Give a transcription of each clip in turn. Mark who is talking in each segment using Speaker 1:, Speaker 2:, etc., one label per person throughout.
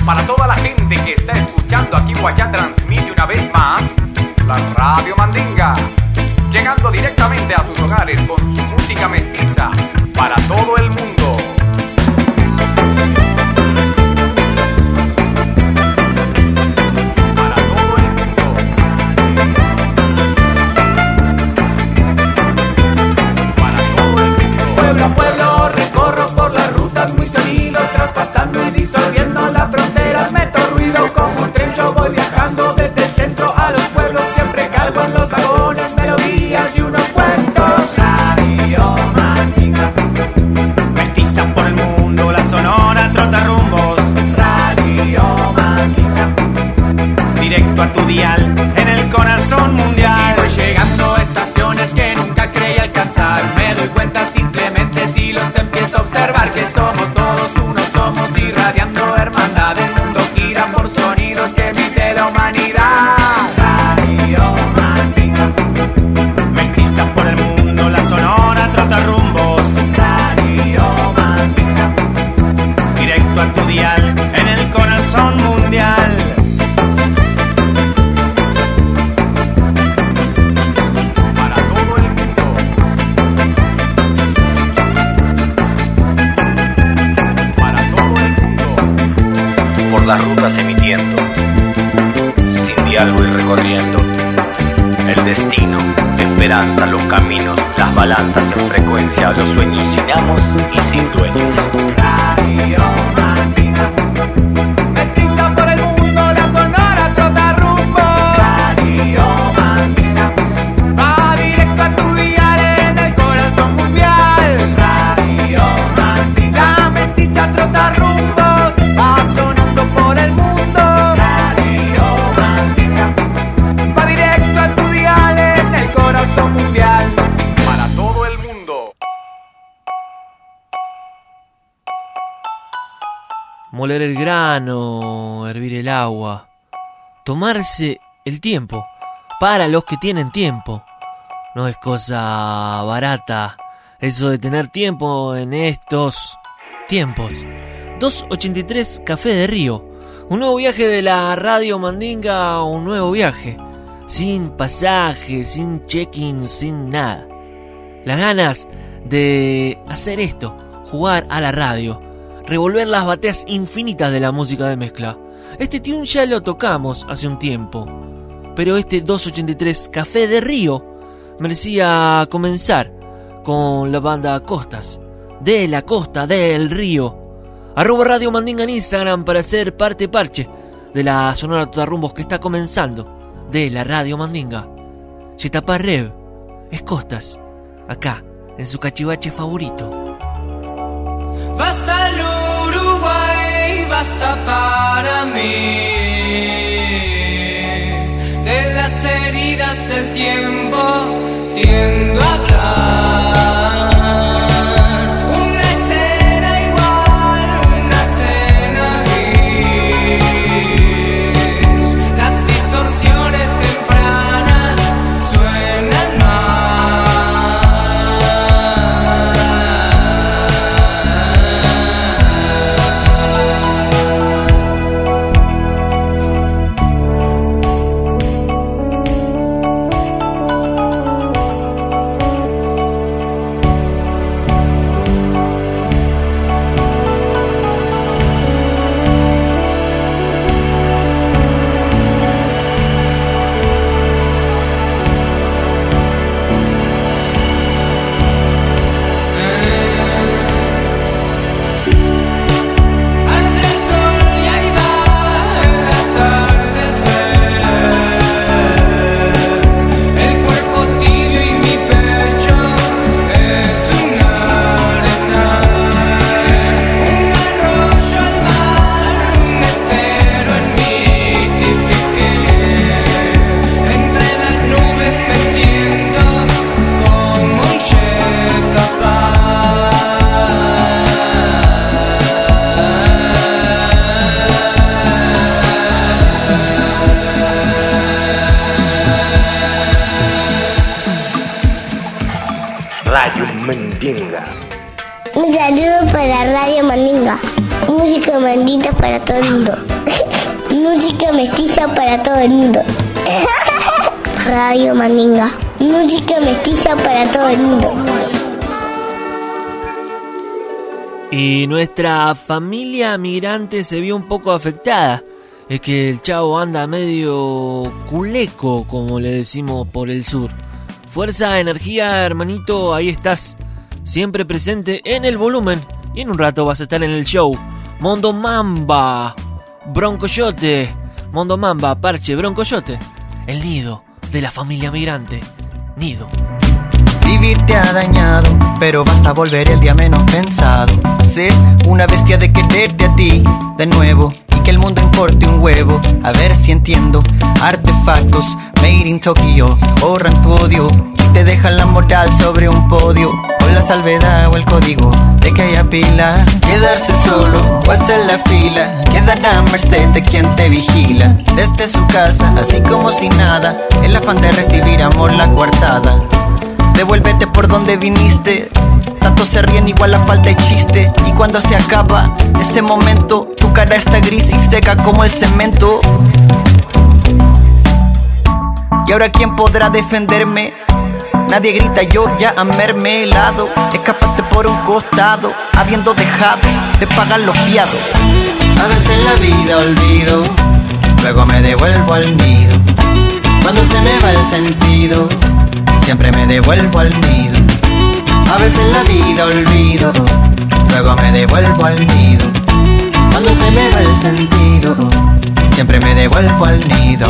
Speaker 1: Para toda la gente que está escuchando aquí Guachá transmite una vez más la Radio Mandinga, llegando directamente a sus hogares con su música mestiza para todo el mundo. Para todo el mundo. Para todo el mundo.
Speaker 2: Pueblo a pueblo recorro por las rutas muy sonido, traspasando y disolviendo las fronteras, meto ruido como un tren, yo voy viajando desde el centro a los pueblos, siempre cargo en los vagones melodías y unos cuentos. Radio Mandinga, mestiza por el mundo, la sonora trota rumbos. Radio Mandinga, directo a tu dial, en el corazón mundial. Y voy llegando a estaciones que nunca creí alcanzar, me doy cuenta simplemente si los empiezo a observar, que somos todos uno, somos irradiando hermandad, el mundo gira por sonidos que emite la humanidad. Radio Mandinga, mestiza por el mundo, la sonora trota rumbos. Radio Mandinga, directo a tu dial, en el corazón mundial.
Speaker 1: Para todo el mundo. Para todo el mundo.
Speaker 3: Por las rutas emitiendo, sin diálogo y recorriendo, el destino, esperanza, los caminos, las balanzas en frecuencia, los sueños sin amos y sin dueños.
Speaker 2: Radio Mandinga, mestiza por el mundo, la sonora trota rumbo. Radio Mandinga, va directo a tu dial, en el corazón mundial. Radio Mandinga, la mestiza trota rumbo, va sonando por el mundo. Radio Mandinga, va directo a tu dial, en el corazón mundial.
Speaker 1: Para todo el mundo.
Speaker 4: Moler el grano, hervir el agua, tomarse el tiempo, para los que tienen tiempo. No es cosa barata eso de tener tiempo en estos tiempos. 283 Café de Río, un nuevo viaje de la Radio Mandinga, un nuevo viaje, sin pasaje, sin check-in, sin nada. Las ganas de hacer esto, jugar a la radio, revolver las bateas infinitas de la música de mezcla. Este tune ya lo tocamos hace un tiempo, pero este 283 Café de Río merecía comenzar con la banda Costas, de la costa del río. @Radio Mandinga en Instagram para ser parte parche de la sonora Totarrumbos que está comenzando, de la Radio Mandinga. Yetapá Rev, es Costas, acá, en su cachivache favorito.
Speaker 5: Basta el Uruguay, basta para mí de las heridas del tiempo, tiendo a hablar. Una escena igual, una escena gris. Las distorsiones tempranas suenan
Speaker 3: Radio Mandinga.
Speaker 6: Un saludo para Radio Mandinga. Un Música mandinga para todo el mundo. Música mestiza para todo el mundo. Radio Mandinga. Música mestiza para todo el mundo.
Speaker 4: Y nuestra familia migrante se vio un poco afectada. Es que el chavo anda medio culeco, como le decimos por el sur. Fuerza, energía, hermanito, ahí estás. Siempre presente en el volumen. Y en un rato vas a estar en el show. Mondo Mamba, Broncoyote. Mondo Mamba, Parche, Broncoyote. El nido de la familia migrante. Nido.
Speaker 7: Vivir te ha dañado, pero vas a volver el día menos pensado. Ser una bestia de quererte a ti de nuevo. Que el mundo importe un huevo, a ver si entiendo. Artefactos made in Tokyo ahorran tu odio y te dejan la moral sobre un podio, con la salvedad o el código de que haya pila. Quedarse solo o hacer la fila, quedar a merced de quien te vigila. Desde su casa, así como si nada, el afán de recibir amor la coartada. Devuélvete por donde viniste. Tanto se ríen igual la falta de chiste. Y cuando se acaba ese momento, tu cara está gris y seca como el cemento. Y ahora ¿quién podrá defenderme? Nadie grita, yo ya a mermelado. Escapaste por un costado, habiendo dejado de pagar los fiados. A veces la vida olvido, luego me devuelvo al nido. Cuando se me va el sentido, siempre me devuelvo al nido. A veces la vida olvido, luego me devuelvo al nido. Cuando se me va el sentido, siempre me devuelvo al nido.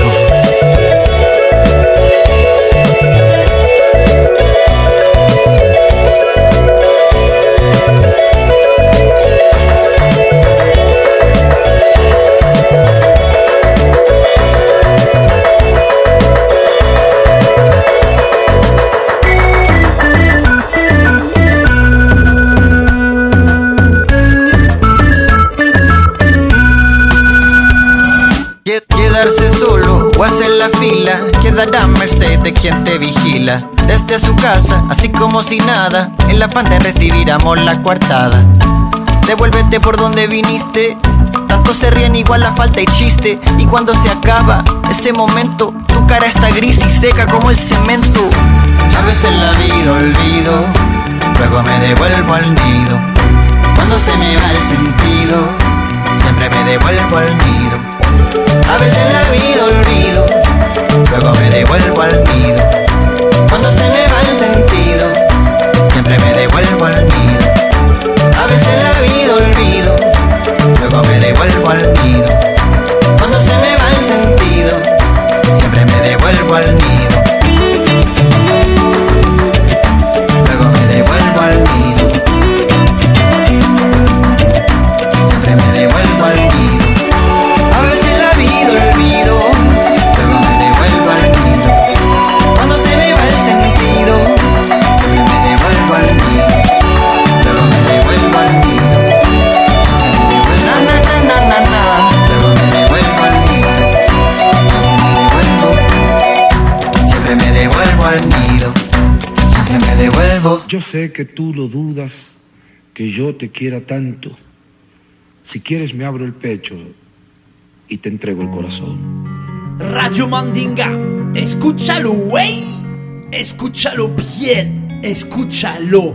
Speaker 7: Quedarse solo o hacer la fila, quedar a merced de quien te vigila. Desde su casa, así como si nada, en la afán de recibir amor la coartada. Devuélvete por donde viniste. Tanto se ríen igual la falta y chiste. Y cuando se acaba ese momento, tu cara está gris y seca como el cemento. A veces la vida olvido, luego me devuelvo al nido. Cuando se me va el sentido, siempre me devuelvo al nido. A veces la vida olvido, luego me devuelvo al nido. Cuando se me va el sentido, siempre me devuelvo al nido. A veces la vida olvido, luego me devuelvo al nido. Cuando se me va el sentido, siempre me devuelvo al nido. Luego me devuelvo al nido. Siempre me devuelvo al nido.
Speaker 8: Yo sé que tú lo dudas, que yo te quiera tanto. Si quieres me abro el pecho y te entrego el corazón.
Speaker 9: Radio Mandinga, escúchalo, güey. Escúchalo bien, escúchalo.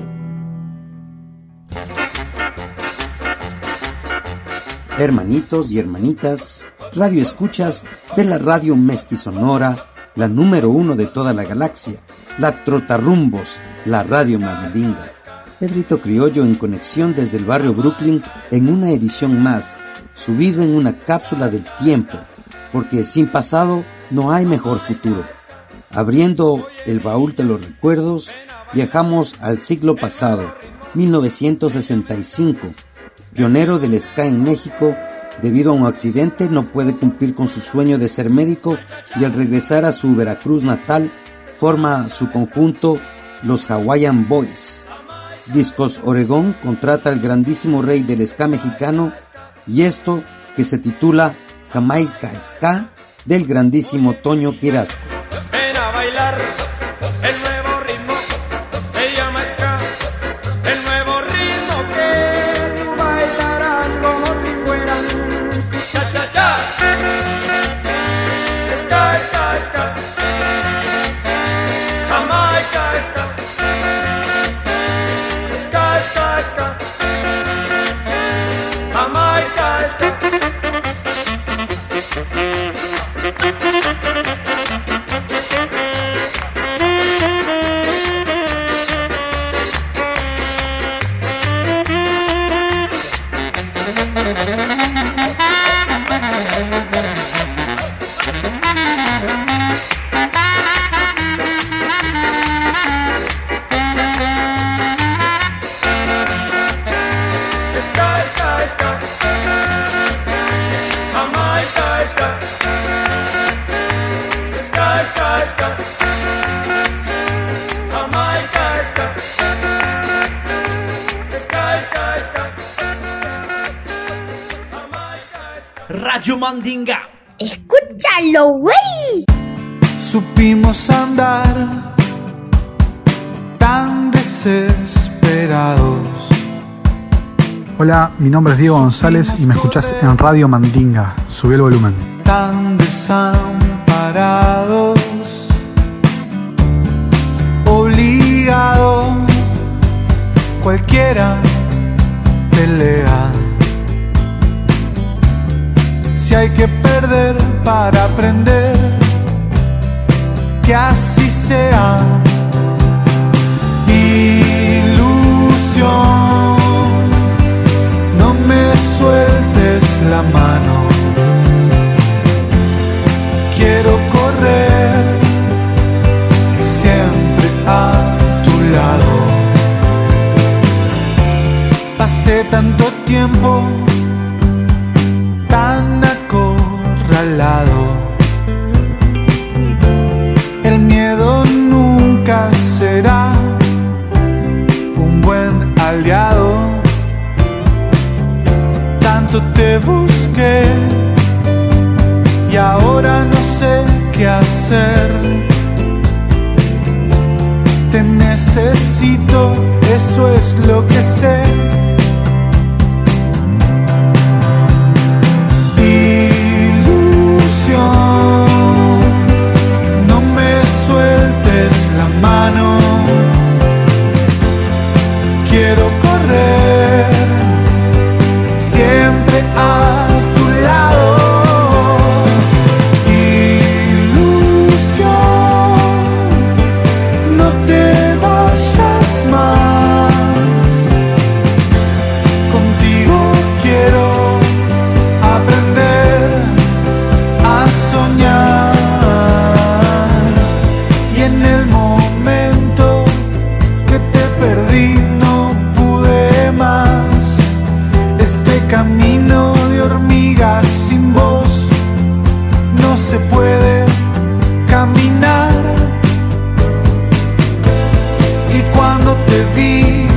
Speaker 10: Hermanitos y hermanitas, radio escuchas de la radio Mestizonora, la número 1 de toda la galaxia, la Trotarrumbos, la radio Mandinga. Pedrito Criollo en conexión desde el barrio Brooklyn en una edición más, subido en una cápsula del tiempo, porque sin pasado no hay mejor futuro. Abriendo el baúl de los recuerdos, viajamos al siglo pasado, 1965. Pionero del ska en México, debido a un accidente no puede cumplir con su sueño de ser médico y al regresar a su Veracruz natal, forma su conjunto los Hawaiian Boys. Discos Oregón contrata al grandísimo rey del ska mexicano y esto que se titula Jamaica Ska del grandísimo Toño Quirasco.
Speaker 2: Ven a bailar el nuevo ritmo, se llama ska, el nuevo ritmo que tú bailarás como
Speaker 9: Radio Mandinga.
Speaker 6: Escúchalo, güey.
Speaker 11: Supimos andar tan desesperados.
Speaker 12: Hola, mi nombre es Diego González y me escuchás en Radio Mandinga. Subí el volumen.
Speaker 11: Tan desamparados, obligado, cualquiera pelea. Si hay que perder para aprender, que así sea. Ilusión, no me sueltes la mano. Quiero correr siempre a tu lado. Pasé tanto tiempo tan acorralado. El miedo nunca será un buen aliado. Tanto te busqué y ahora no sé qué hacer. Te necesito, eso es lo que sé. Ilusión, no me sueltes la mano. Quiero correr siempre a tu lado. No te vayas más. Contigo quiero aprender a soñar. Y en el momento que te perdí no pude más. Este camino de hormigas sin vos no se puede caminar. Y cuando te vi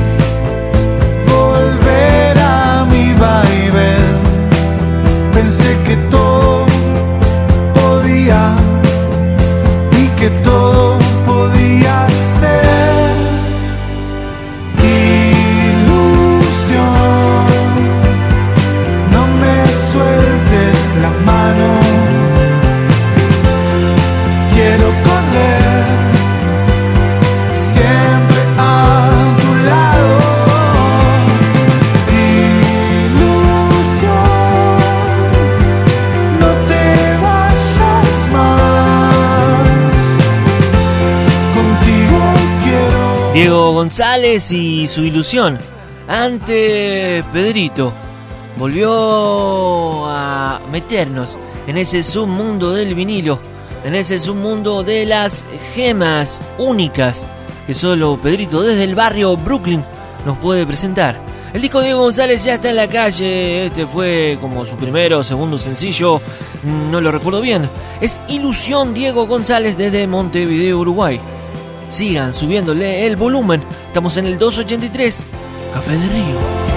Speaker 11: volver a mi vaivén, pensé que todo podía y que todo podía ser. Ilusión, no me sueltes la mano. Quiero correr siempre a tu lado. Ilusión, no te vayas más. Contigo quiero.
Speaker 4: Diego González y su ilusión. Antes Pedrito volvió a meternos en ese submundo del vinilo, en ese submundo de las gemas únicas que solo Pedrito desde el barrio Brooklyn nos puede presentar. El disco de Diego González ya está en la calle. Este fue como su primero o segundo sencillo, no lo recuerdo bien. Es Ilusión, Diego González desde Montevideo, Uruguay. Sigan subiéndole el volumen. Estamos en el 283 Café de Río.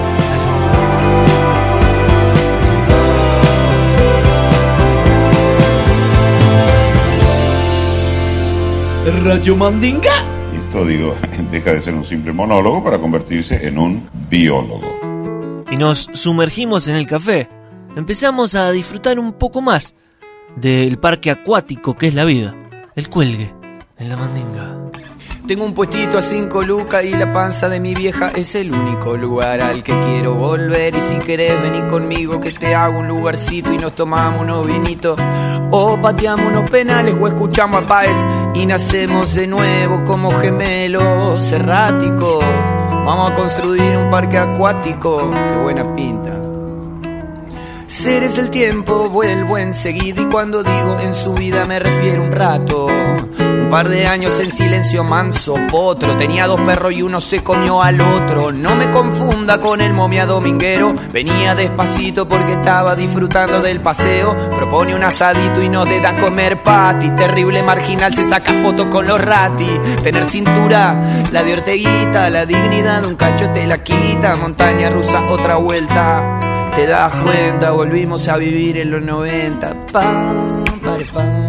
Speaker 9: Radio Mandinga.
Speaker 13: Y esto, digo, deja de ser un simple monólogo para convertirse en un biólogo.
Speaker 4: Y nos sumergimos en el café. Empezamos a disfrutar un poco más del parque acuático que es la vida. El cuelgue en la Mandinga.
Speaker 14: Tengo un puestito a 5 lucas y la panza de mi vieja es el único lugar al que quiero volver. Y si querés venir conmigo que te hago un lugarcito y nos tomamos unos vinitos, o pateamos unos penales o escuchamos a Páez y nacemos de nuevo como gemelos erráticos. Vamos a construir un parque acuático, qué buena pinta. Seres del tiempo, vuelvo enseguida y cuando digo en su vida me refiero un rato. Un par de años en silencio manso, potro. Tenía 2 perros y uno se comió al otro. No me confunda con el momia dominguero. Venía despacito porque estaba disfrutando del paseo. Propone un asadito y nos da a comer pati. Terrible marginal se saca fotos con los ratis. Tener cintura, la de Orteguita. La dignidad un cacho te la quita. Montaña rusa, otra vuelta. te das cuenta, volvimos a vivir en los 90. Pam, pare, pam.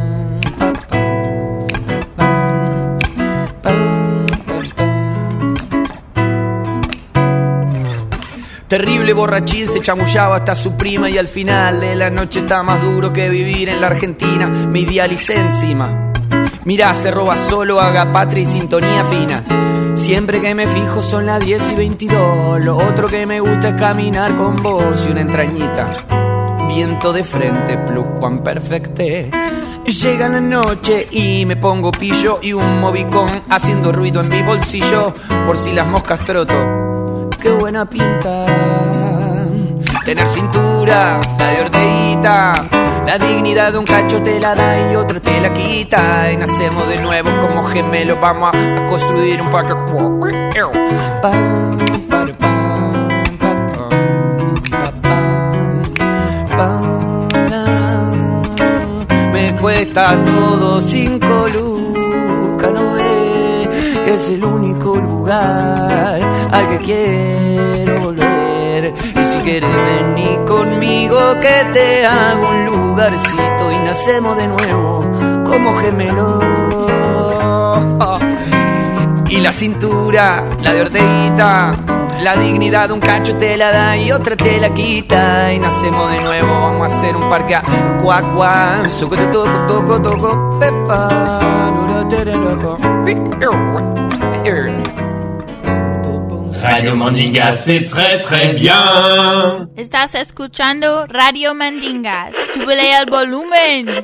Speaker 14: Terrible borrachín se chamullaba hasta su prima y al final de la noche está más duro que vivir en la Argentina. Me idealicé encima. Mirá, se roba solo, haga patria y sintonía fina. Siempre que me fijo son las 10 y 22. Lo otro que me gusta es caminar con vos y una entrañita. Viento de frente, pluscuam perfecte. Llega la noche y me pongo pillo y un movicón haciendo ruido en mi bolsillo por si las moscas troto. Qué buena pinta tener cintura, la de Orteguita. La dignidad de un cacho te la da y otra te la quita. Y nacemos de nuevo como gemelos. Vamos a construir un parque. Me cuesta todo 5 lucas, no ve. Es el único lugar al que quiero volver. Y si quieres venir conmigo que te hago un lugarcito y nacemos de nuevo como gemelos. Y la cintura, la de Orteguita. La dignidad de un cacho te la da y otra te la quita. Y nacemos de nuevo, vamos a hacer un parque a cuac, suco te toco, toco, pepa.
Speaker 15: Radio Mandinga, c'est très très bien.
Speaker 16: Estás escuchando Radio Mandinga. Súbele el volumen.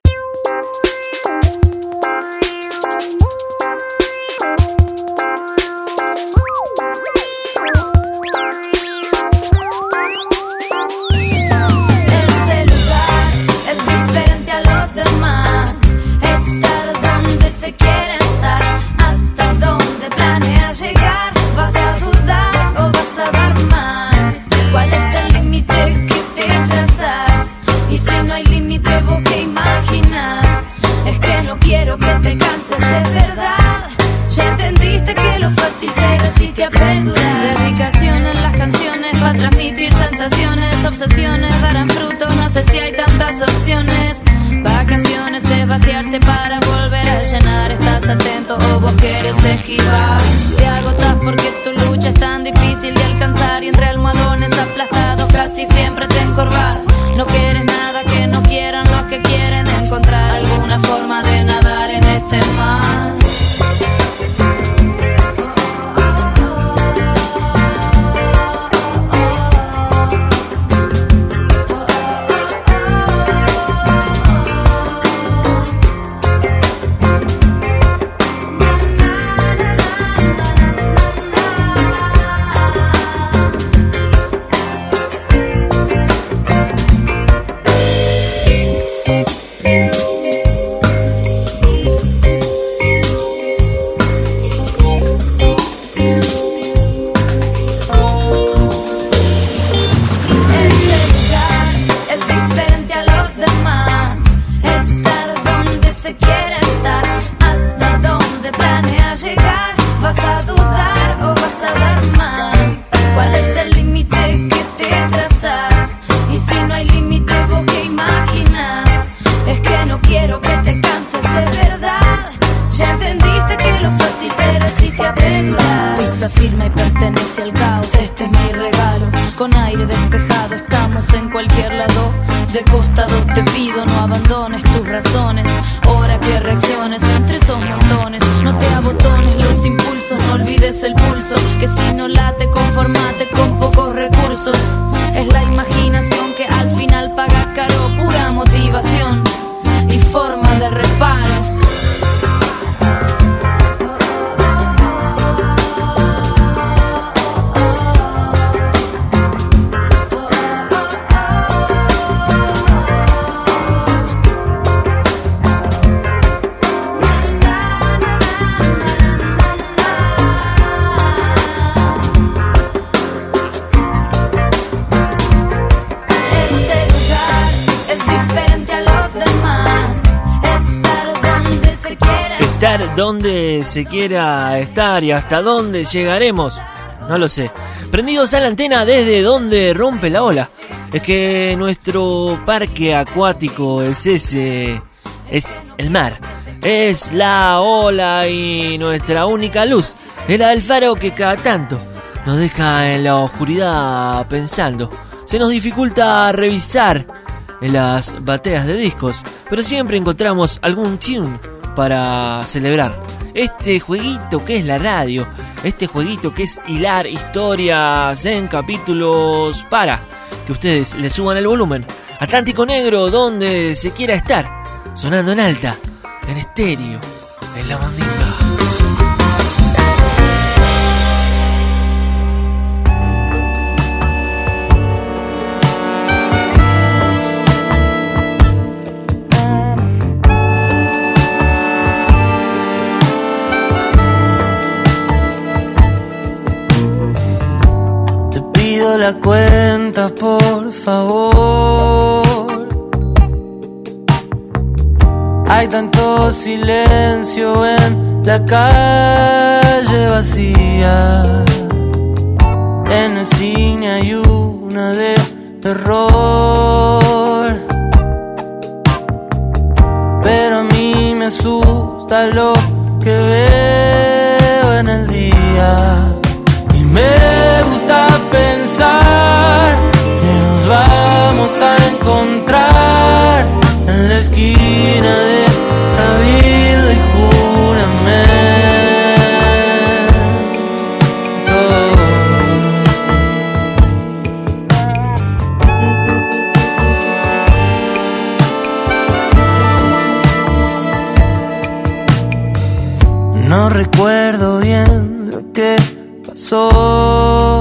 Speaker 17: Este lugar es diferente a los demás. Estar donde se quiere estar, hasta donde planea llegar. ¿Vas a dudar o vas a dar más? ¿Cuál es el límite que te trazas? Y si no hay límite, ¿vos qué imaginas? Es que no quiero que te canses, es verdad. Ya entendiste que lo fácil se resiste a perdurar. Dedicación en las canciones para transmitir sensaciones. Obsesiones darán fruto, no sé si hay tantas opciones. Vacaciones es vaciarse para volver a llenar. ¿Estás atento o vos querés esquivar? Te agotas porque tu lucha es tan difícil de alcanzar. Y entre almohadones aplastados casi siempre te encorvas. No quieres nada que no quieran los que quieren encontrar alguna forma de nadar en este mar. Firme y pertenece al caos, este es mi regalo. Con aire despejado estamos en cualquier lado. De costado te pido no abandones tus razones. Hora que reacciones entre esos montones. No te abotones los impulsos, no olvides el pulso. Que si no late conformate con pocos recursos. Es la imaginación que al final paga caro. Pura motivación y forma de reparo.
Speaker 4: Estar donde se quiera estar y hasta dónde llegaremos, no lo sé. Prendidos a la antena desde donde rompe la ola. es que nuestro parque acuático es ese, es el mar, es la ola y nuestra única luz es la del faro que cada tanto nos deja en la oscuridad pensando. Se nos dificulta revisar en las bateas de discos, pero siempre encontramos algún tune para celebrar este jueguito que es la radio, este jueguito que es hilar historias en capítulos para que ustedes le suban el volumen. Atlántico Negro, donde se quiera estar, sonando en alta, en estéreo, en la mandinga.
Speaker 18: La cuenta, por favor. Hay tanto silencio en la calle vacía. En el cine hay una de terror, pero a mí me asusta lo que veo en el día. Y me gusta pensar que nos vamos a encontrar en la esquina de Cabildo y Juramento. No recuerdo bien lo que pasó.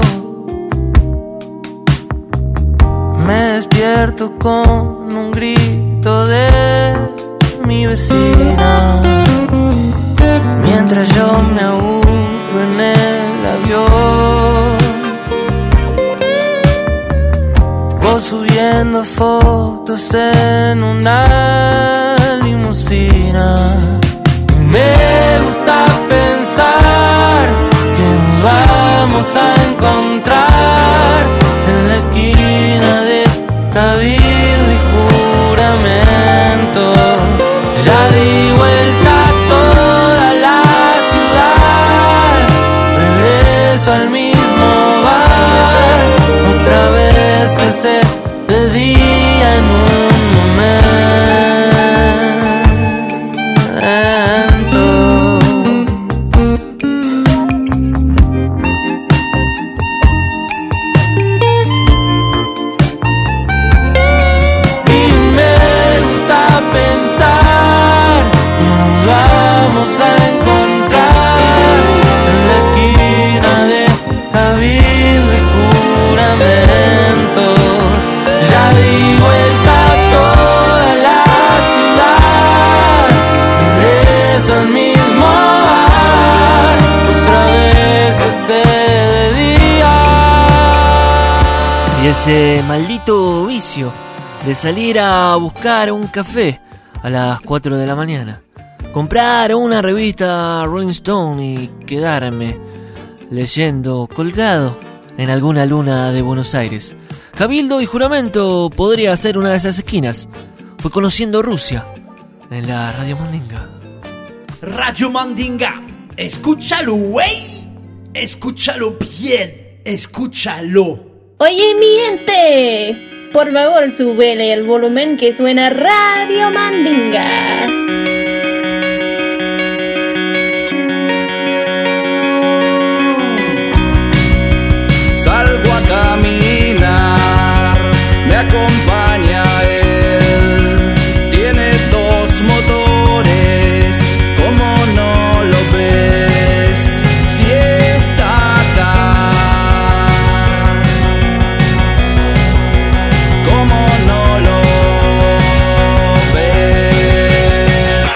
Speaker 18: Me despierto con un grito de mi vecina, mientras yo me aburro en el avión. Vos subiendo fotos en una limusina. Y me gusta pensar que nos vamos a encontrar en la esquina de Cabildo y Juramento. Ya di vuelta a toda la ciudad, regreso al mismo bar, otra vez hacer de día en un momento.
Speaker 4: Y ese maldito vicio de salir a buscar un café a las 4 de la mañana, comprar una revista Rolling Stone y quedarme leyendo colgado en alguna luna de Buenos Aires. Cabildo y Juramento podría ser una de esas esquinas. Fue conociendo Rusia en la Radio Mandinga.
Speaker 9: Radio Mandinga, escúchalo, güey. Escúchalo bien, escúchalo.
Speaker 19: Oye, mi gente, por favor, súbele el volumen que suena Radio Mandinga.
Speaker 20: Salgo a caminar, me acompaña él. Tiene dos motores, ¿cómo no lo ves? Si está acá, ¿cómo no lo ves?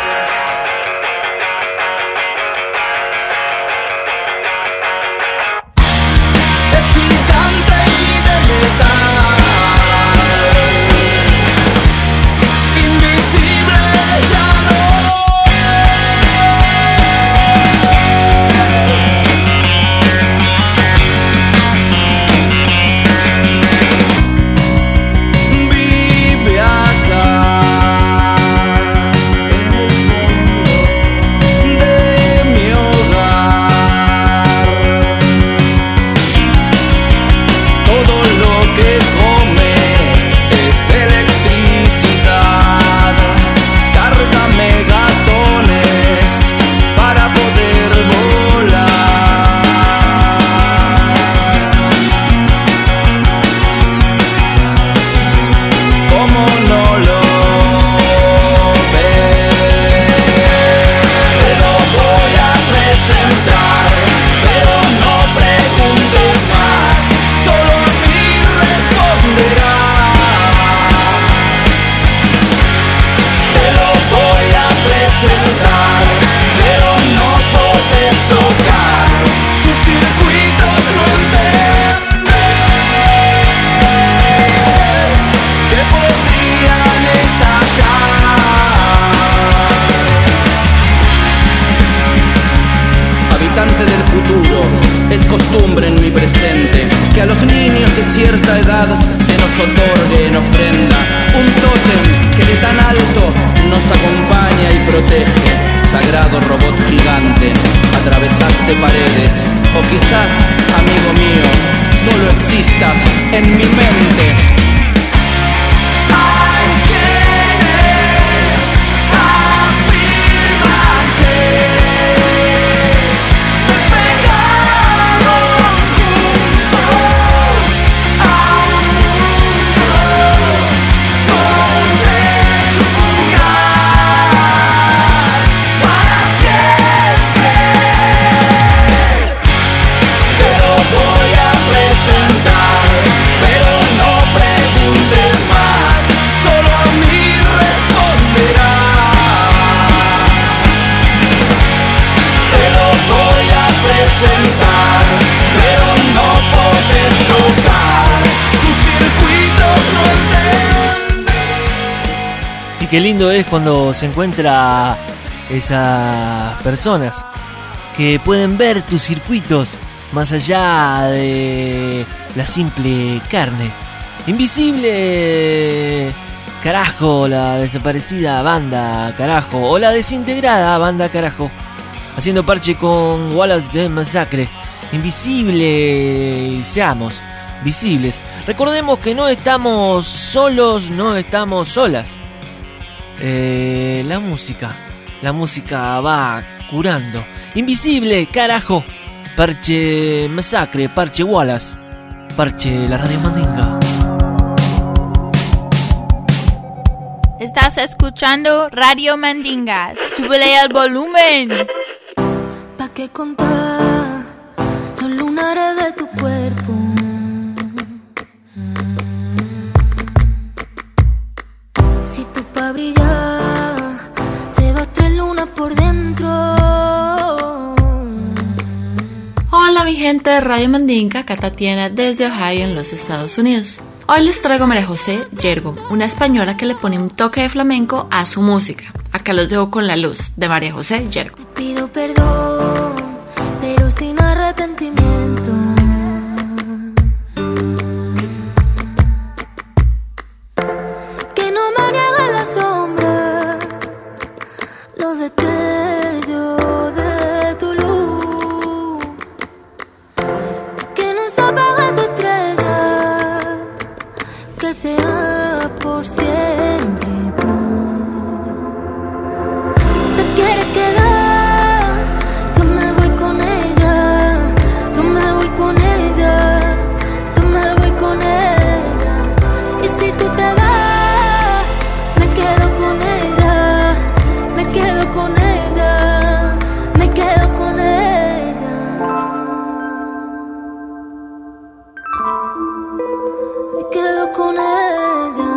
Speaker 20: otorgue en ofrenda un tótem que de tan alto nos acompaña y protege. Sagrado robot gigante, atravesaste paredes, o quizás, amigo mío, solo existas en mi mente.
Speaker 4: Qué lindo es cuando se encuentra esas personas que pueden ver tus circuitos más allá de la simple carne. Invisible, carajo, la desaparecida banda carajo, o la desintegrada banda carajo, haciendo parche con Wallace de Massacre. Invisible, y seamos visibles. Recordemos que no estamos solos, no estamos solas. La música va curando. Invisible, carajo. Parche Massacre, parche Wallace, parche la Radio Mandinga.
Speaker 16: Estás escuchando Radio Mandinga. Súbele al volumen.
Speaker 17: ¿Pa' qué contar los lunares de tu cuerpo? Si tú pa' brillar te vas 3 lunas por dentro.
Speaker 21: Hola mi gente de Radio Mandinga, acá Tatiana desde Ohio en los Estados Unidos. Hoy les traigo a María José Yergo, una española que le pone un toque de flamenco a su música. Acá los dejo con La Luz de María José Yergo.
Speaker 17: Pido perdón, pero sin arrepentimiento. Que no me niegue la sombra, los destellos de tu luz. Que no se apague tu estrella, que sea por siempre tú. Te quieres quedar, yo me voy con ella, yo me voy con ella, yo me voy con ella. Y si tú te vas, me quedo con ella, me quedo con ella, me quedo con ella. Me quedo con ella.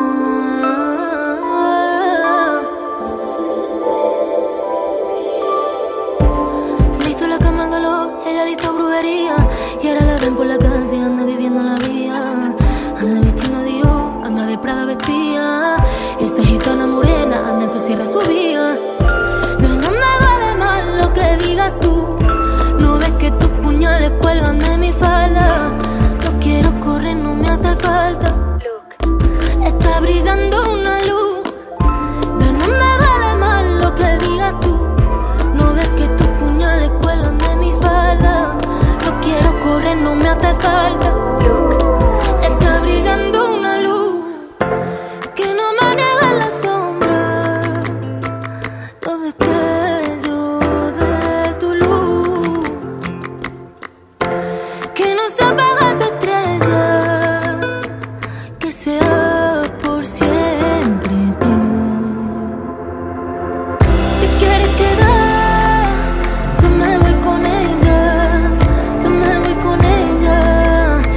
Speaker 17: Le hizo la cama al dolor, ella le hizo brujería. Y ahora la ven por la calle, anda viviendo la vida. Anda vistiendo a Dios, anda de Prada vestida. Esa gitana morena, anda en su sierra subía. No me vale mal lo que digas tú. No ves que tus puñales cuelgan de mi falda. No quiero correr, no me hace falta. Está brillando una luz. Ya no me vale mal lo que digas tú. No ves que tus puñales cuelgan de mi falda. No quiero correr, no me hace falta. Está brillando una luz. Que no me niegue la sombra, los destellos de tu luz. Que no se apague tu estrella, que sea por siempre tú. Te quieres quedar, yo me voy con ella, yo me voy con ella,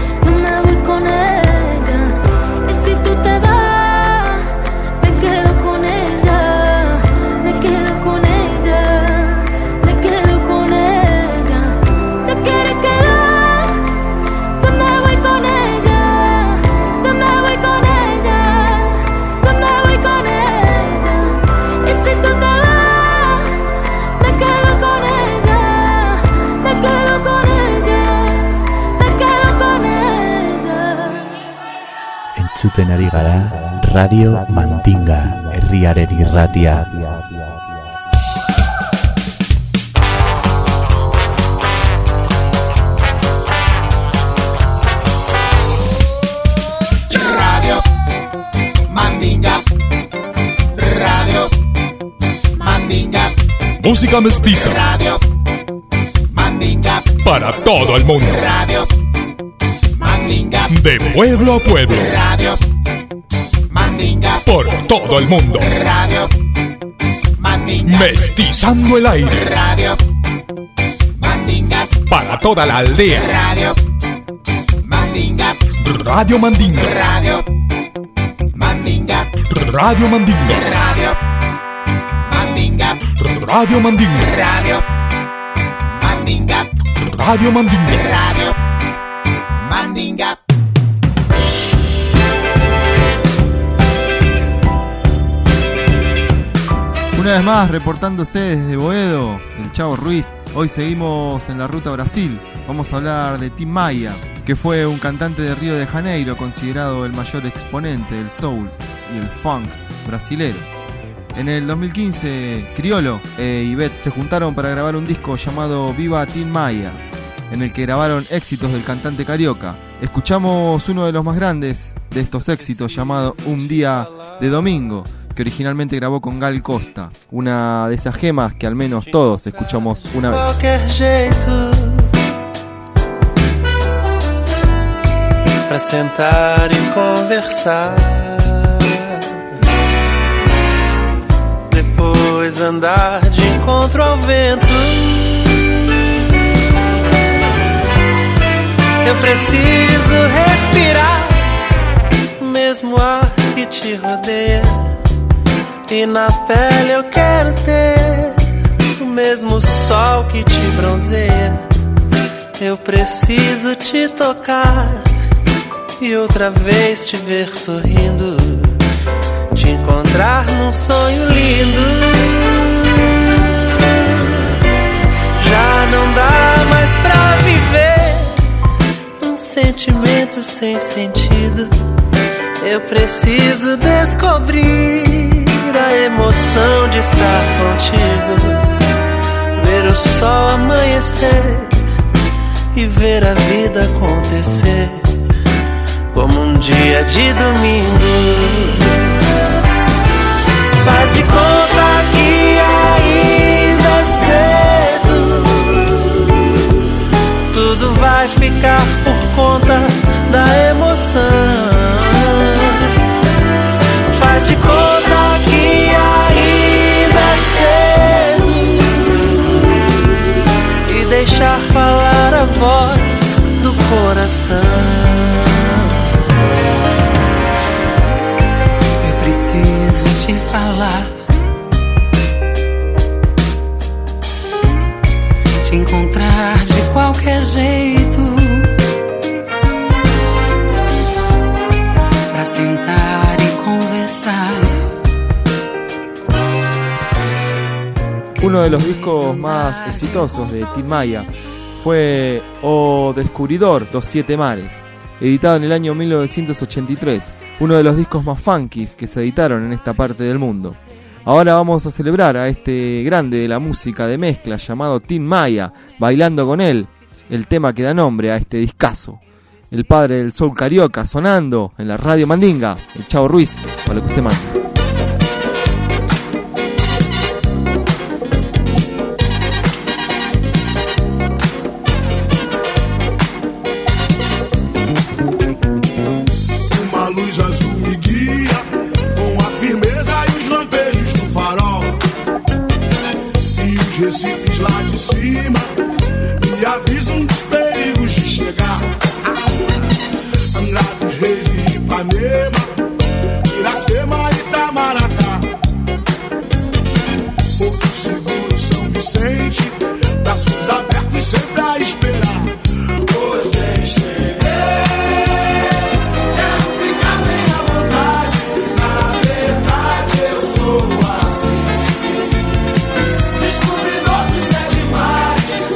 Speaker 1: entzuten ari gara Radio Mandinga, herriaren irratia.
Speaker 2: Radio Mandinga, Radio Mandinga.
Speaker 22: Música mestiza.
Speaker 2: Radio Mandinga.
Speaker 22: Para todo el mundo.
Speaker 2: Radio Mandinga.
Speaker 22: De pueblo a pueblo.
Speaker 2: Radio Mandinga.
Speaker 22: Por todo el mundo.
Speaker 2: Radio Mandinga.
Speaker 22: Mestizando el aire.
Speaker 2: Radio Mandinga.
Speaker 22: Para toda la aldea.
Speaker 2: Radio Mandinga.
Speaker 22: Radio Mandinga.
Speaker 2: Radio Mandinga.
Speaker 22: Radio Mandinga.
Speaker 2: Radio Mandinga.
Speaker 22: Radio Mandinga.
Speaker 2: Radio Mandinga.
Speaker 22: Radio Mandinga.
Speaker 2: Radio Mandinga.
Speaker 23: Una vez más, reportándose desde Boedo, el Chavo Ruiz. Hoy seguimos en la ruta a Brasil. Vamos a hablar de Tim Maia, que fue un cantante de Río de Janeiro, considerado el mayor exponente del soul y el funk brasilero. En el 2015, Criolo e Ivette se juntaron para grabar un disco llamado Viva Tim Maia, en el que grabaron éxitos del cantante carioca. Escuchamos uno de los más grandes de estos éxitos, llamado Un Día de Domingo, que originalmente grabó con Gal Costa, una de esas gemas que al menos todos escuchamos una vez.
Speaker 18: Qualquer jeito pra sentar e conversar, depois andar de encontro ao vento. Eu preciso respirar o mesmo ar que te rodeia, e na pele eu quero ter o mesmo sol que te bronzeia. Eu preciso te tocar e outra vez te ver sorrindo, te encontrar num sonho lindo. Já não dá mais pra viver um sentimento sem sentido. Eu preciso descobrir a emoção de estar contigo, ver o sol amanhecer e ver a vida acontecer como um dia de domingo. Faz de conta que ainda é cedo, tudo vai ficar por conta da emoção. Faz de conta que ainda é cedo e deixar falar a voz do coração. Eu preciso te falar, te encontrar de qualquer jeito, pra sentar e conversar.
Speaker 23: Uno de los discos más exitosos de Tim Maia fue O Descubridor dos Siete Mares, editado en el año 1983, uno de los discos más funkis que se editaron en esta parte del mundo. Ahora vamos a celebrar a este grande de la música de mezcla llamado Tim Maia, bailando con él, el tema que da nombre a este discazo. El padre del soul carioca sonando en la Radio Mandinga, el Chavo Ruiz, para lo que usted manda.
Speaker 24: Uma luz azul me guia com a firmeza e os lampejos do farol, e os recifes lá de cima me avisam dos perigos de chegar. Angra dos Reis e Ipanema, Iracema e Itamaracá, Porto Seguro, São Vicente, braços abertos sempre a esperar. Hoje cheguei, quero ficar bem à vontade, na verdade eu sou assim, descobridor dos sete mares,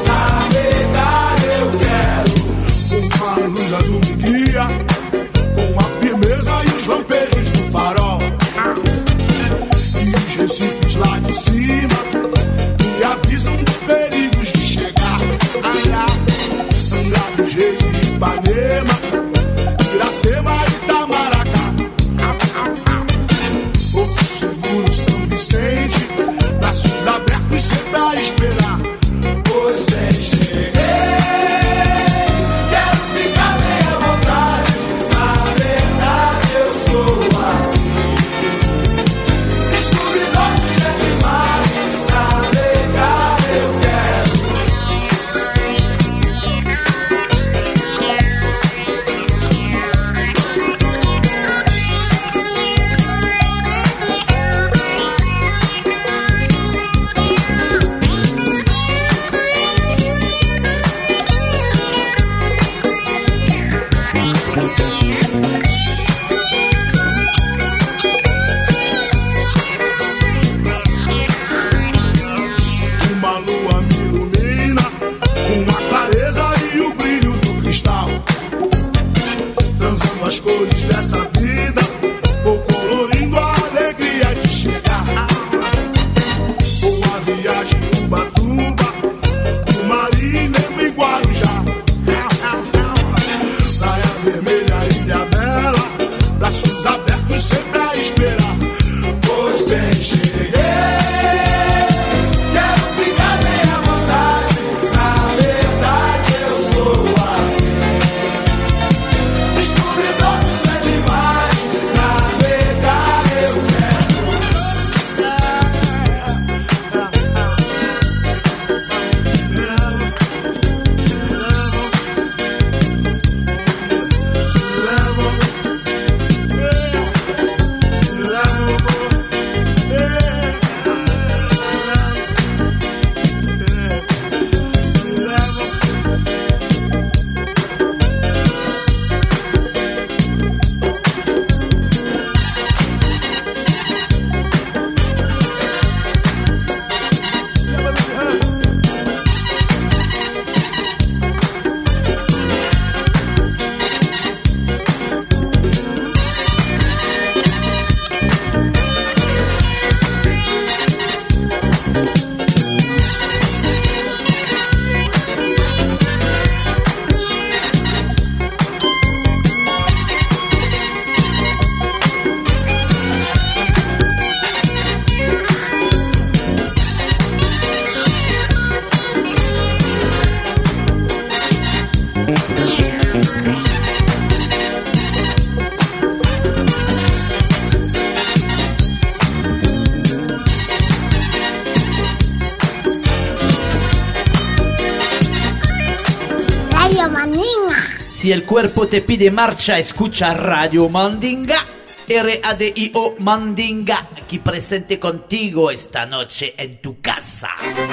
Speaker 9: Si el cuerpo te pide marcha, escucha Radio Mandinga. Radio Mandinga, aquí presente contigo esta noche en tu casa.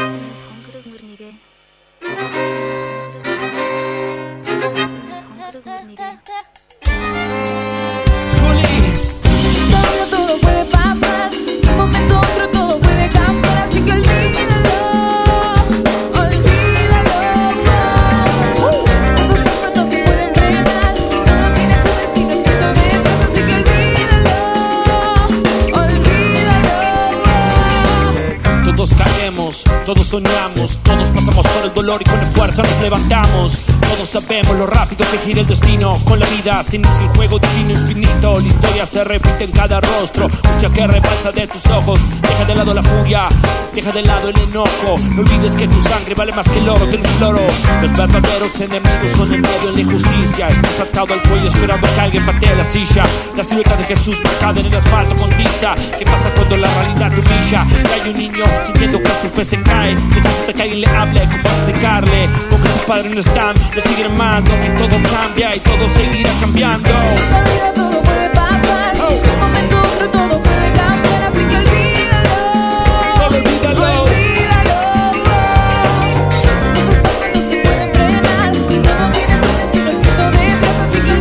Speaker 17: Todo puede pasar, de un momento a otro todo puede cambiar, así que olvídalo, olvídalo. Estas cosas no se pueden frenar, todo tiene su destino escrito detrás, así que olvídalo.
Speaker 3: Todos caemos, todos soñamos, todos pasamos por el dolor y con esfuerzo nos levantamos. Todos sabemos lo rápido que gira el destino. Con la vida se inicia el juego divino infinito. La historia se repite en cada rostro, angustia que rebalsa de tus ojos. Deja de lado la furia, deja de lado el enojo. No olvides que tu sangre vale más que el oro, te lo imploro. Los verdaderos enemigos son el miedo y la injusticia. Estás atado al cuello esperando que alguien patee la silla. La silueta de Jesús marcada en el asfalto con tiza. ¿Qué pasa cuando la realidad te humilla? Que hay un niño sintiendo que su fe se cae. Necesita que alguien le hable, cómo explicarle. Con que sus padres no están, lo siguen amando. Que todo cambia y todo seguirá cambiando.
Speaker 17: La vida todo puede pasar, de un momento a otro todo puede cambiar, así que olvídalo.
Speaker 3: Solo olvídalo.
Speaker 17: Olvídalo. Estas cosas no se pueden frenar, todo tiene su destino escrito detrás, así que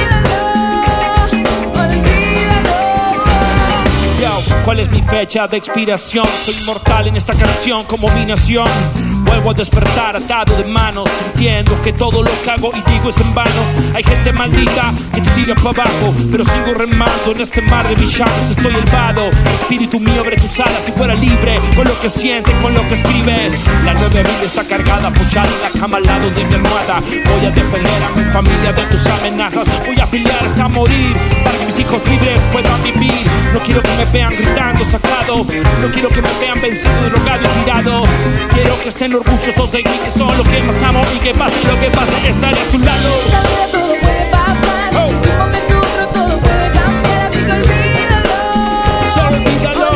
Speaker 17: olvídalo.
Speaker 3: Yo, ¿cuál es mi fecha de expiración? Soy inmortal en esta canción como mi nación. Vuelvo a despertar atado de manos, sintiendo que todo lo que hago y digo es en vano. Hay gente maldita que te tira para abajo, pero sigo remando en este mar de villanos. Estoy elevado, espíritu mío abre tus alas y fuera libre, con lo que sientes, con lo que escribes. La nueva vida está cargada, apoyada en la cama al lado de mi almohada. Voy a defender a mi familia de tus amenazas. Voy a pelear hasta morir, para que mis hijos libres puedan vivir. No quiero que me vean gritando sacado, no quiero que me vean vencido, drogado y tirado. Quiero que estén orgullosos de mí, que son lo que más amo, y que pase lo que pase, estaré a su lado.
Speaker 17: La vida todo puede pasar, de un momento a otro todo puede cambiar, así que olvídalo.
Speaker 3: Solo olvídalo.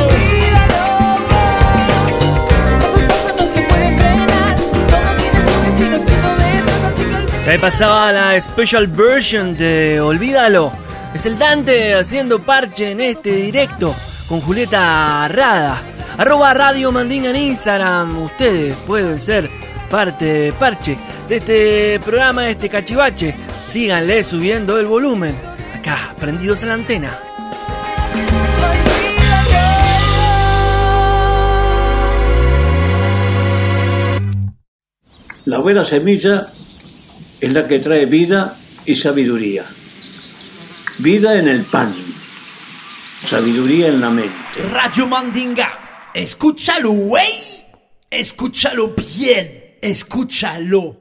Speaker 17: Estas cosas no se pueden frenar, todo tiene su destino escrito detrás, así que olvídalo.
Speaker 4: Ahí pasaba la special version de Olvídalo. Es el Dante haciendo parche en este directo con Julieta Rada. @Radio Mandinga en Instagram. Ustedes pueden ser parte de parche de este programa, de este cachivache. Síganle subiendo el volumen. Acá, prendidos a la antena.
Speaker 5: La buena semilla es la que trae vida y sabiduría. Vida en el pan, sabiduría en la mente.
Speaker 9: Radio Mandinga, escúchalo, güey. Escúchalo bien, escúchalo.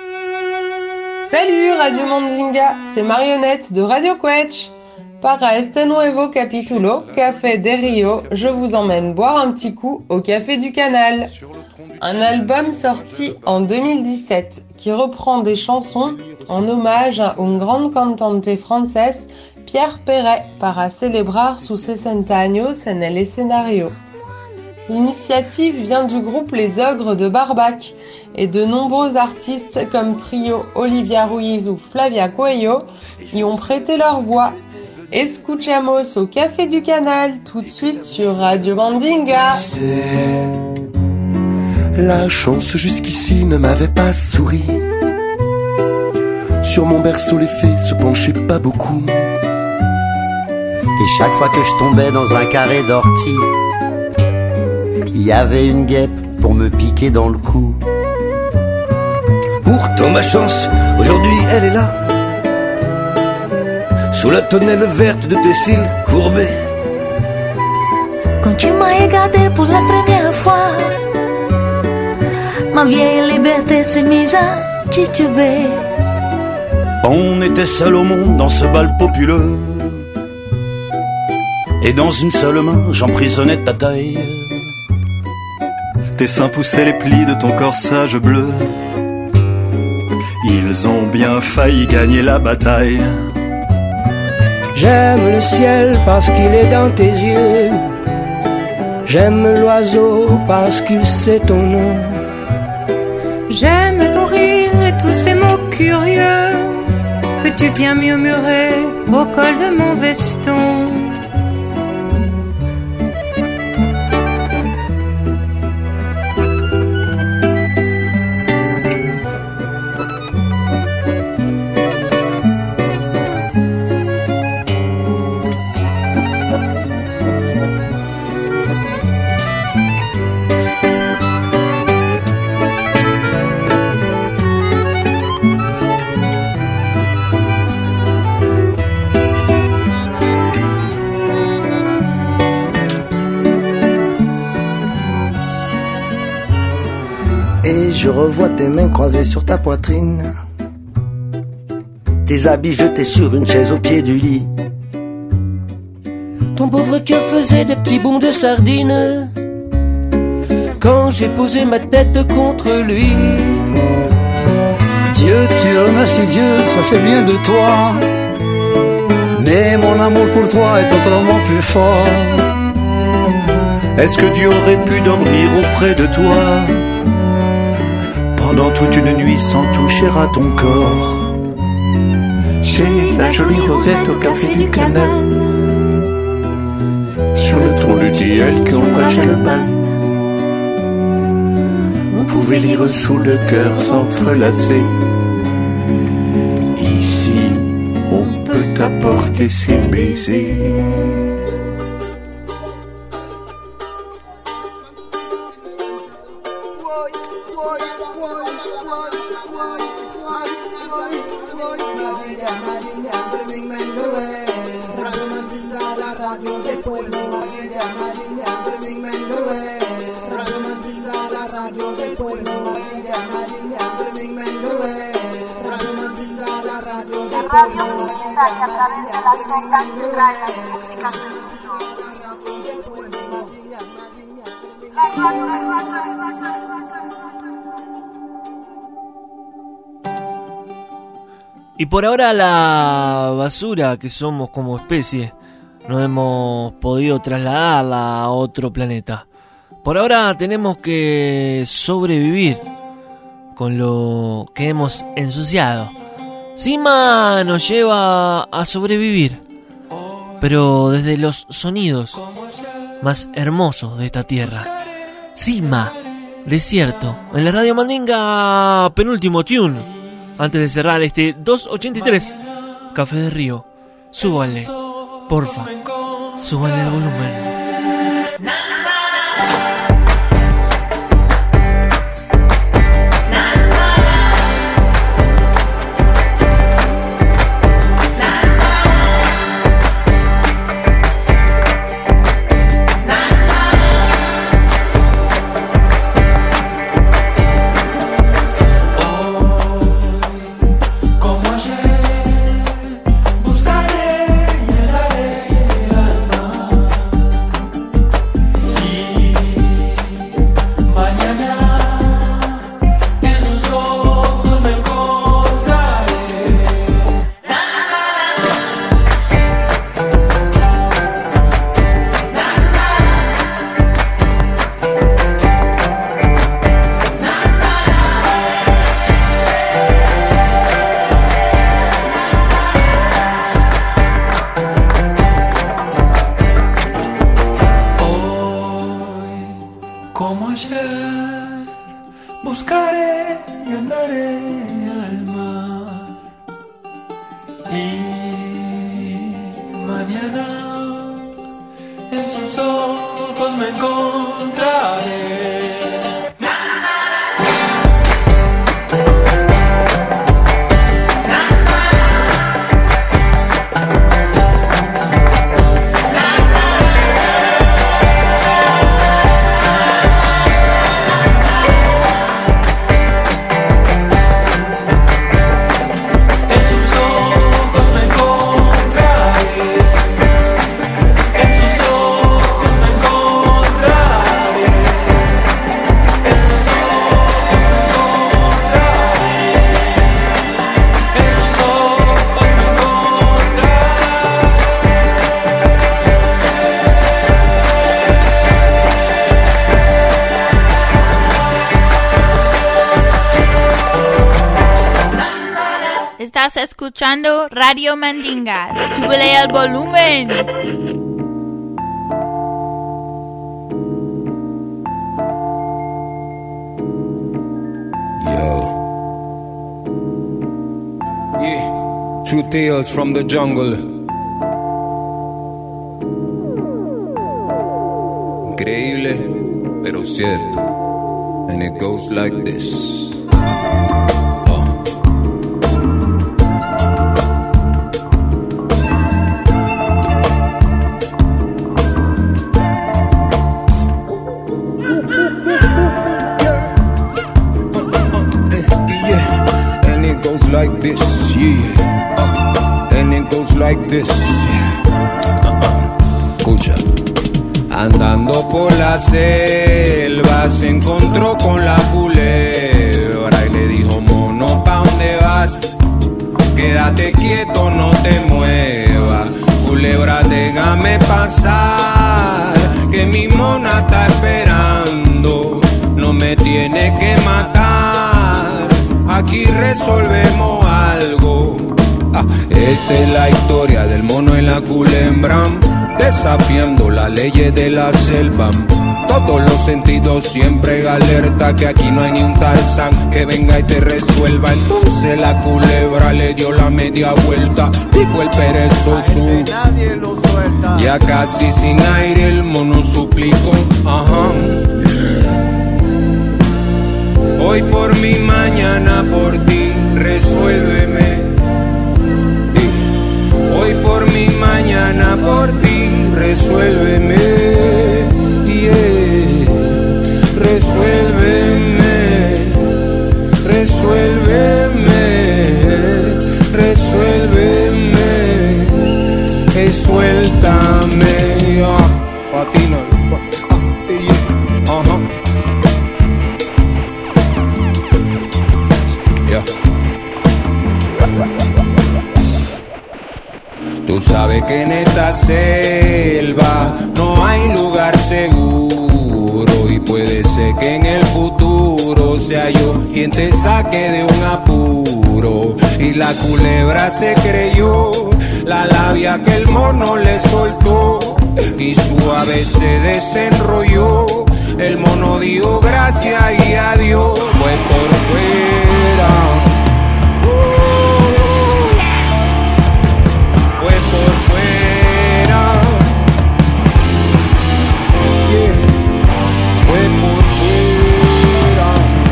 Speaker 7: Salut Radio Mandinga, c'est Marionnette de Radio Quetch. Para este nuevo capítulo, Café de Rio, je vous emmène boire un petit coup au Café du Canal. Un album sorti en 2017 qui reprend des chansons en hommage à une grande cantante française, Pierre Perret, para celebrar sus 60 años en el escenario. L'initiative vient du groupe Les Ogres de Barbac et de nombreux artistes comme Trio, Olivia Ruiz ou Flavia Coelho y ont prêté leur voix. Escuchamos au Café du Canal tout de suite sur Radio Mandinga.
Speaker 8: La chance jusqu'ici ne m'avait pas souri. Sur mon berceau les fées se penchaient pas beaucoup.
Speaker 25: Et chaque fois que je tombais dans un carré d'ortie, il y avait une guêpe pour me piquer dans le cou.
Speaker 8: Pourtant ma chance, aujourd'hui elle est là. Sous la tonnelle verte de tes cils courbés.
Speaker 17: Quand tu m'as regardé pour la première fois, ma vieille liberté s'est mise à tituber.
Speaker 8: On était seul au monde dans ce bal populeux. Et dans une seule main, j'emprisonnais ta taille.
Speaker 26: Tes seins poussaient les plis de ton corsage bleu. Ils ont bien failli gagner la bataille.
Speaker 27: J'aime le ciel parce qu'il est dans tes yeux. J'aime l'oiseau parce qu'il sait ton nom.
Speaker 28: J'aime ton rire et tous ces mots curieux.
Speaker 6: tu viens murmurer au col de mon veston.
Speaker 25: Je revois tes mains croisées sur ta poitrine, tes habits jetés sur une chaise au pied du lit.
Speaker 27: Ton pauvre cœur faisait des petits bonds de sardines quand j'ai posé ma tête contre lui.
Speaker 10: Dieu, tu remercies Dieu, ça fait bien de toi. Mais mon amour pour toi est autrement plus fort.
Speaker 26: Est-ce que Dieu aurait pu dormir auprès de toi pendant toute une nuit sans toucher à ton corps?
Speaker 27: J'ai la jolie rosette au café du canal,
Speaker 10: sur le tronc de tilleul qui ombrage le bal.
Speaker 27: On pouvait lire sous le cœur s'entrelacer.
Speaker 10: Ici, on peut t'apporter ses baisers.
Speaker 11: Radio Mandinga, que a través de las ondas te trae las músicas del pueblo. La radio
Speaker 4: Y por ahora la basura que somos como especie no hemos podido trasladarla a otro planeta. Por ahora tenemos que sobrevivir con lo que hemos ensuciado. Sima nos lleva a sobrevivir, pero desde los sonidos más hermosos de esta tierra. Sima, desierto, en la Radio Mandinga, penúltimo tune. Antes de cerrar este 283, Café de Río. Súbanle, porfa, súbanle el volumen.
Speaker 12: Estás escuchando Radio Mandinga. Súbele el volumen.
Speaker 27: True tales from the jungle. Increíble, pero cierto. And it goes like this. And it goes like this, yeah. And it goes like this, yeah. Escucha. Andando por la selva se encontró con la culebra y le dijo: mono, ¿pa' dónde vas? Quédate quieto, no te muevas. Culebra, déjame pasar, que mi mona está esperando. No me tiene que matar, aquí resolvemos algo. Esta es la historia del mono y la culebra, desafiando las leyes de la selva. Todos los sentidos siempre alerta, que aquí no hay ni un Tarzán que venga y te resuelva. Entonces la culebra le dio la media vuelta, dijo el perezoso. Ya casi sin aire el mono suplicó: ajá. Hoy por mí, mañana por ti, resuélveme. Hoy por mí, mañana por ti, resuélveme, yeah. Resuélveme, resuélveme, resuélveme, suéltame, patina, ajá, yeah. Tú sabes que en esta selva no hay lugar seguro, y puede ser que en el futuro sea yo quien te saque de un apuro. Y la culebra se creyó la labia que el mono le soltó, y suave se desenrolló. El mono dio gracias y adiós, fue por fuera. Fue por fuera, yeah. Fue por fuera,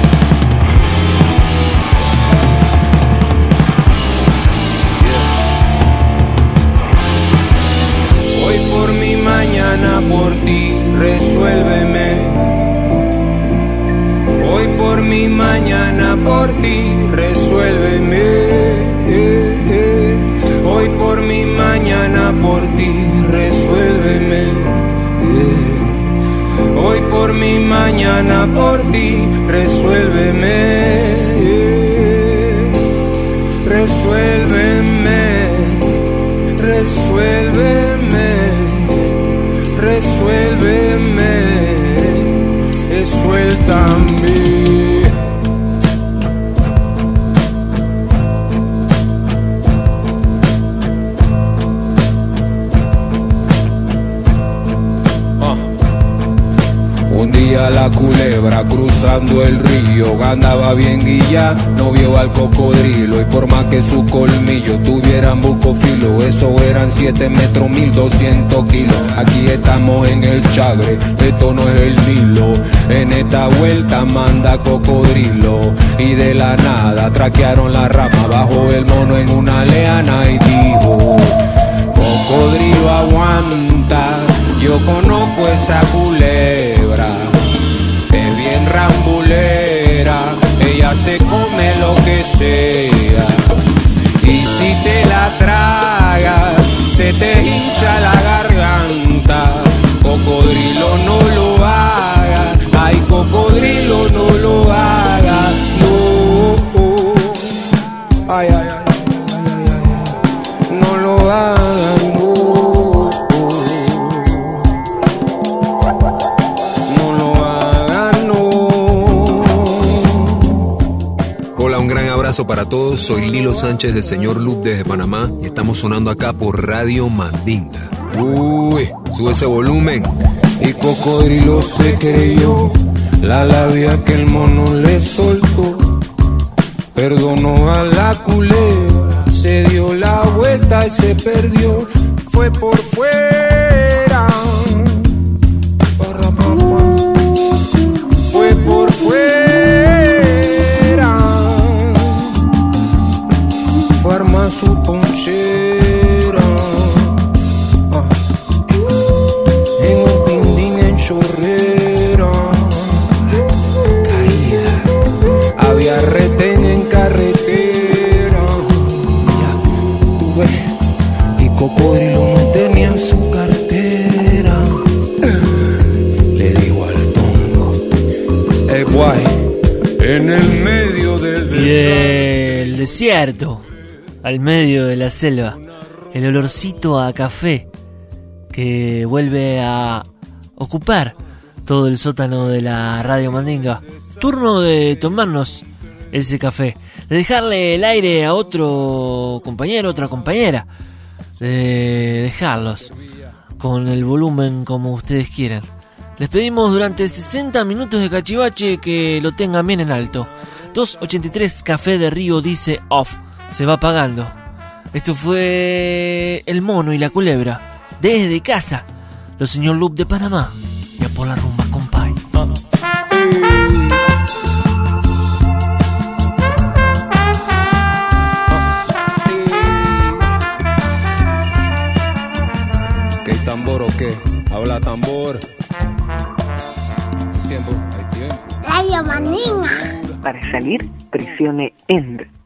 Speaker 27: yeah. Hoy por mí, mañana por ti, resuélveme. Hoy por mí, mañana por ti, resuélveme. Hoy por mí, mañana por ti, resuélveme. Yeah. Hoy por mí, mañana por ti, resuélveme. Yeah. Resuélveme, resuélveme, resuélveme, suéltame. Un día la culebra cruzando el río andaba bien guilla, no vio al cocodrilo, y por más que sus colmillos tuvieran bucofilo, eso eran 7 metros, 1200 kilos. Aquí estamos en el Chagre, esto no es el Nilo. En esta vuelta manda cocodrilo, y de la nada traquearon la rama, bajó el mono en una leana y dijo: cocodrilo, aguanta, yo conozco esa culebra, es bien rambulera, ella se come lo que sea, y si te la tragas, se te hincha la garganta. Cocodrilo, no lo haga, ay, cocodrilo, no lo haga, no, ay, ay, ay, ay, ay, ay. No lo hagan, no. abrazo para todos. Soy Lilo Sánchez de Señor Loop desde Panamá y estamos sonando acá por Radio Mandinga. Uy, sube ese volumen. Y Cocodrilo se creyó la labia que el mono le soltó. Perdonó a la culebra, se dio la vuelta y se perdió. Fue por fuera, fue por fuera, fue a armar su ponchera. En un pindín en chorrera, caída, había retén en carretera. Ya, tú ves, y Cocodrilo no tenía su cartera. Le digo al tongo, guay, en el medio del
Speaker 4: desierto, al medio de la selva, el olorcito a café que vuelve a ocupar todo el sótano de la Radio Mandinga. Turno de tomarnos ese café, de dejarle el aire a otro compañero, otra compañera, de dejarlos con el volumen como ustedes quieran. Les pedimos durante 60 minutos de cachivache que lo tengan bien en alto. 283 Café de Río dice off, se va apagando. Esto fue El Mono y la Culebra, desde casa, los Señor Loop de Panamá. Y a por la rumba, compay.
Speaker 27: ¿Qué tambor o qué? Habla tambor. Tiempo, hay tiempo.
Speaker 11: Radio Mandinga.
Speaker 13: Para salir, presione END.